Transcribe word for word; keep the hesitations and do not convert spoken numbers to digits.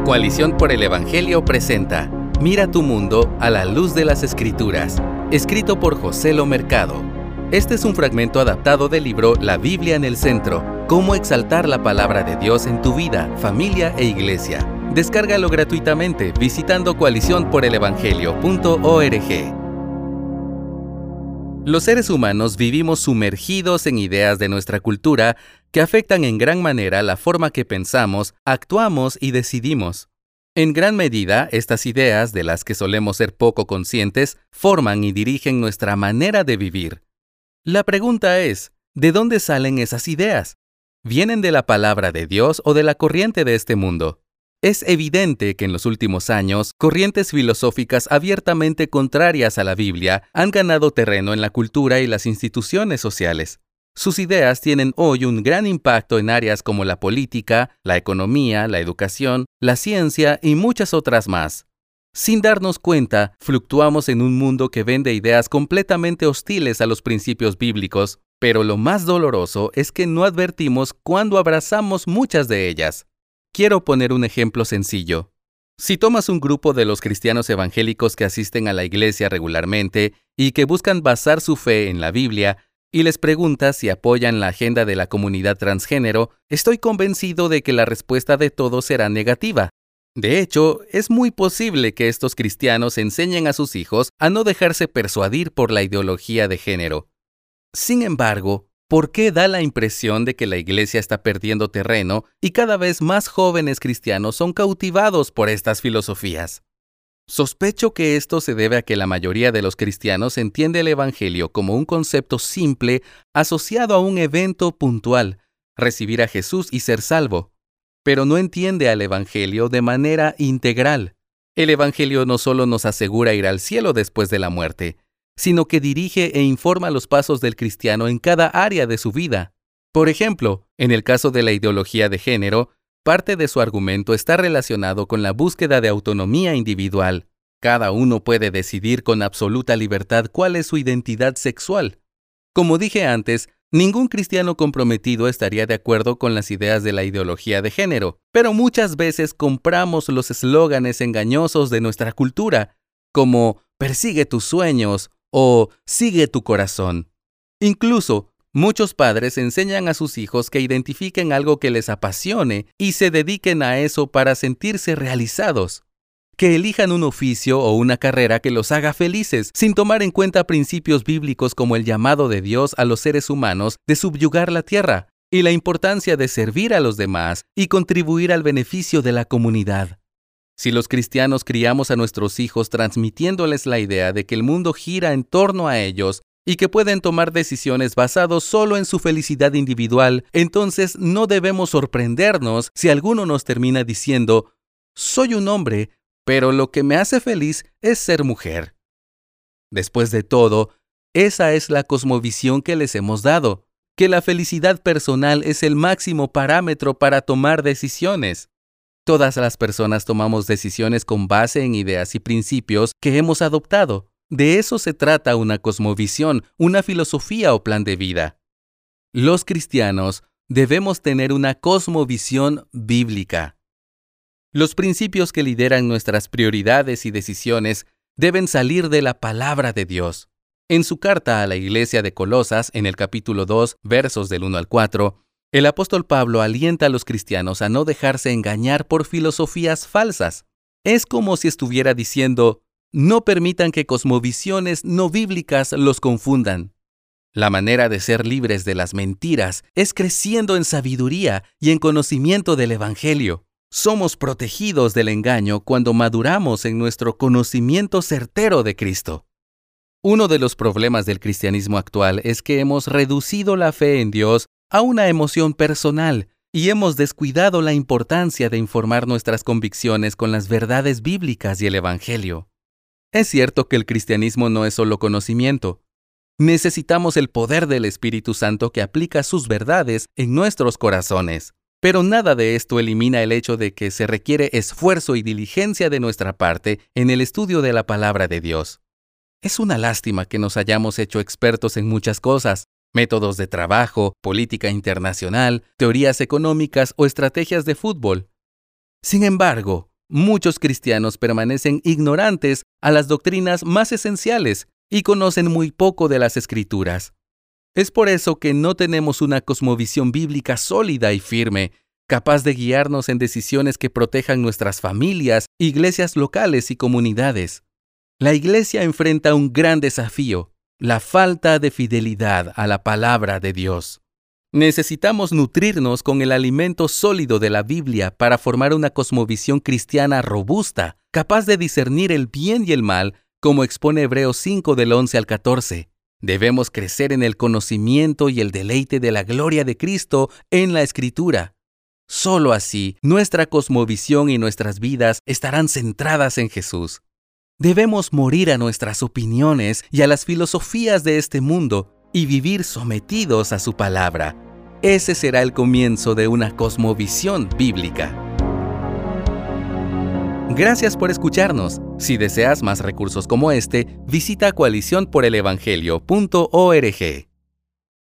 Coalición por el Evangelio presenta Mira tu mundo a la luz de las Escrituras, escrito por José Lo Mercado. Este es un fragmento adaptado del libro La Biblia en el Centro, cómo exaltar la palabra de Dios en tu vida, familia e iglesia. Descárgalo gratuitamente visitando coalición por el evangelio punto org. Los seres humanos vivimos sumergidos en ideas de nuestra cultura que afectan en gran manera la forma que pensamos, actuamos y decidimos. En gran medida, estas ideas, de las que solemos ser poco conscientes, forman y dirigen nuestra manera de vivir. La pregunta es, ¿de dónde salen esas ideas? ¿Vienen de la palabra de Dios o de la corriente de este mundo? Es evidente que en los últimos años, corrientes filosóficas abiertamente contrarias a la Biblia han ganado terreno en la cultura y las instituciones sociales. Sus ideas tienen hoy un gran impacto en áreas como la política, la economía, la educación, la ciencia y muchas otras más. Sin darnos cuenta, fluctuamos en un mundo que vende ideas completamente hostiles a los principios bíblicos, pero lo más doloroso es que no advertimos cuando abrazamos muchas de ellas. Quiero poner un ejemplo sencillo. Si tomas un grupo de los cristianos evangélicos que asisten a la iglesia regularmente y que buscan basar su fe en la Biblia, y les preguntas si apoyan la agenda de la comunidad transgénero, estoy convencido de que la respuesta de todos será negativa. De hecho, es muy posible que estos cristianos enseñen a sus hijos a no dejarse persuadir por la ideología de género. Sin embargo, ¿por qué da la impresión de que la iglesia está perdiendo terreno y cada vez más jóvenes cristianos son cautivados por estas filosofías? Sospecho que esto se debe a que la mayoría de los cristianos entiende el Evangelio como un concepto simple asociado a un evento puntual, recibir a Jesús y ser salvo, pero no entiende al Evangelio de manera integral. El Evangelio no solo nos asegura ir al cielo después de la muerte, sino que dirige e informa los pasos del cristiano en cada área de su vida. Por ejemplo, en el caso de la ideología de género, parte de su argumento está relacionado con la búsqueda de autonomía individual. Cada uno puede decidir con absoluta libertad cuál es su identidad sexual. Como dije antes, ningún cristiano comprometido estaría de acuerdo con las ideas de la ideología de género, pero muchas veces compramos los eslóganes engañosos de nuestra cultura, como «persigue tus sueños» o «sigue tu corazón». Incluso, muchos padres enseñan a sus hijos que identifiquen algo que les apasione y se dediquen a eso para sentirse realizados. Que elijan un oficio o una carrera que los haga felices, sin tomar en cuenta principios bíblicos como el llamado de Dios a los seres humanos de subyugar la tierra y la importancia de servir a los demás y contribuir al beneficio de la comunidad. Si los cristianos criamos a nuestros hijos transmitiéndoles la idea de que el mundo gira en torno a ellos y que pueden tomar decisiones basadas solo en su felicidad individual, entonces no debemos sorprendernos si alguno nos termina diciendo, «Soy un hombre, pero lo que me hace feliz es ser mujer». Después de todo, esa es la cosmovisión que les hemos dado, que la felicidad personal es el máximo parámetro para tomar decisiones. Todas las personas tomamos decisiones con base en ideas y principios que hemos adoptado. De eso se trata una cosmovisión, una filosofía o plan de vida. Los cristianos debemos tener una cosmovisión bíblica. Los principios que lideran nuestras prioridades y decisiones deben salir de la palabra de Dios. En su carta a la iglesia de Colosas, en el capítulo dos, versos del uno al cuatro, el apóstol Pablo alienta a los cristianos a no dejarse engañar por filosofías falsas. Es como si estuviera diciendo, no permitan que cosmovisiones no bíblicas los confundan. La manera de ser libres de las mentiras es creciendo en sabiduría y en conocimiento del Evangelio. Somos protegidos del engaño cuando maduramos en nuestro conocimiento certero de Cristo. Uno de los problemas del cristianismo actual es que hemos reducido la fe en Dios a una emoción personal y hemos descuidado la importancia de informar nuestras convicciones con las verdades bíblicas y el Evangelio. Es cierto que el cristianismo no es solo conocimiento. Necesitamos el poder del Espíritu Santo que aplica sus verdades en nuestros corazones. Pero nada de esto elimina el hecho de que se requiere esfuerzo y diligencia de nuestra parte en el estudio de la palabra de Dios. Es una lástima que nos hayamos hecho expertos en muchas cosas, métodos de trabajo, política internacional, teorías económicas o estrategias de fútbol. Sin embargo, Muchos cristianos permanecen ignorantes a las doctrinas más esenciales y conocen muy poco de las Escrituras. Es por eso que no tenemos una cosmovisión bíblica sólida y firme, capaz de guiarnos en decisiones que protejan nuestras familias, iglesias locales y comunidades. La iglesia enfrenta un gran desafío: la falta de fidelidad a la palabra de Dios. Necesitamos nutrirnos con el alimento sólido de la Biblia para formar una cosmovisión cristiana robusta, capaz de discernir el bien y el mal, como expone Hebreos cinco del once al catorce. Debemos crecer en el conocimiento y el deleite de la gloria de Cristo en la Escritura. Solo así, nuestra cosmovisión y nuestras vidas estarán centradas en Jesús. Debemos morir a nuestras opiniones y a las filosofías de este mundo y vivir sometidos a su palabra. Ese será el comienzo de una cosmovisión bíblica. Gracias por escucharnos. Si deseas más recursos como este, visita coalición por el evangelio punto org.